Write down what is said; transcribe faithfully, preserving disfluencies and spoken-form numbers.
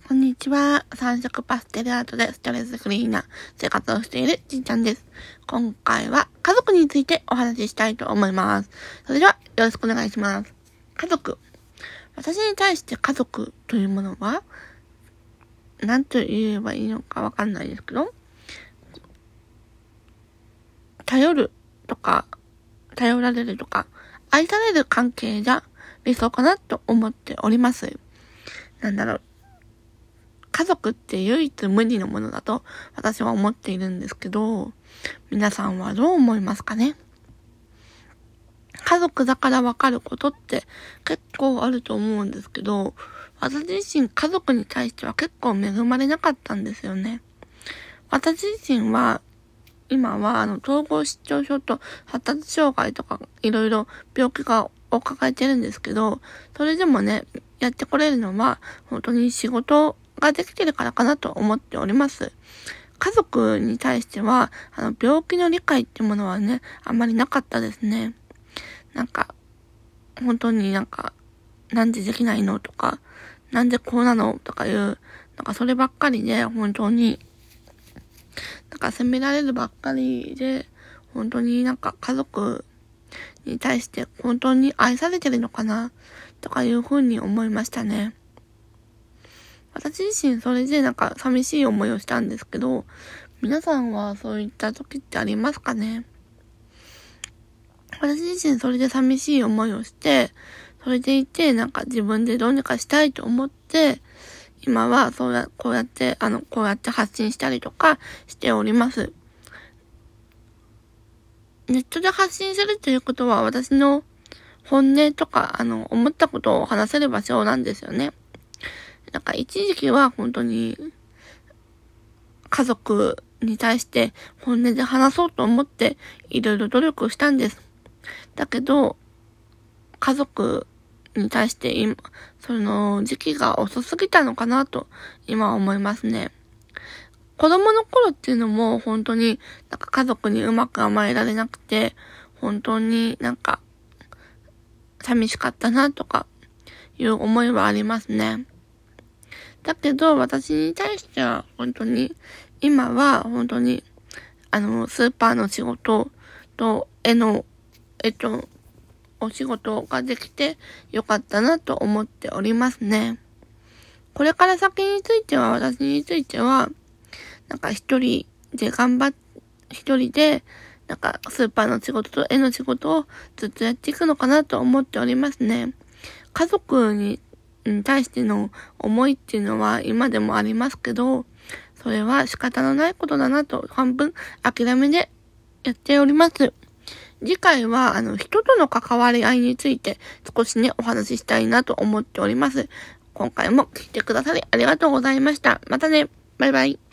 こんにちは。三色パステルアートでストレスフリーな生活をしているちんちゃんです。今回は家族についてお話ししたいと思います。それではよろしくお願いします。家族。私に対して家族というものは、何と言えばいいのかわかんないですけど、頼るとか、頼られるとか、愛される関係が理想かなと思っております。なんだろう。家族って唯一無二のものだと私は思っているんですけど、皆さんはどう思いますかね？家族だからわかることって結構あると思うんですけど、私自身家族に対しては結構恵まれなかったんですよね。私自身は今はあの統合失調症と発達障害とかいろいろ病気がを抱えてるんですけど、それでもね、やってこれるのは本当に仕事ができてるからかなと思っております。家族に対しては、あの、病気の理解ってものはね、あんまりなかったですね。なんか、本当になんか、なんでできないのとか、なんでこうなのとかいう、なんかそればっかりで、本当に、なんか責められるばっかりで、本当になんか家族に対して本当に愛されてるのかな、とかいうふうに思いましたね。私自身それでなんか寂しい思いをしたんですけど、皆さんはそういった時ってありますかね？私自身それで寂しい思いをして、それでいてなんか自分でどうにかしたいと思って、今はそうや、こうやって、あの、こうやって発信したりとかしております。ネットで発信するということは私の本音とか、あの、思ったことを話せる場所なんですよね。なんか一時期は本当に家族に対して本音で話そうと思っていろいろ努力したんです。だけど、家族に対して今、その時期が遅すぎたのかなと今は思いますね。子供の頃っていうのも本当になんか家族にうまく甘えられなくて、本当になんか寂しかったなとかいう思いはありますね。だけど、私に対しては、本当に、今は、本当に、あの、スーパーの仕事と、絵の、えっと、お仕事ができてよかったなと思っておりますね。これから先については、私については、なんか一人で頑張っ、一人で、なんかスーパーの仕事と絵の仕事をずっとやっていくのかなと思っておりますね。家族にに対しての思いっていうのは今でもありますけど、それは仕方のないことだなと半分諦めでやっております。次回はあの人との関わり合いについて少しねお話ししたいなと思っております。今回も聞いてくださりありがとうございました。またね。バイバイ。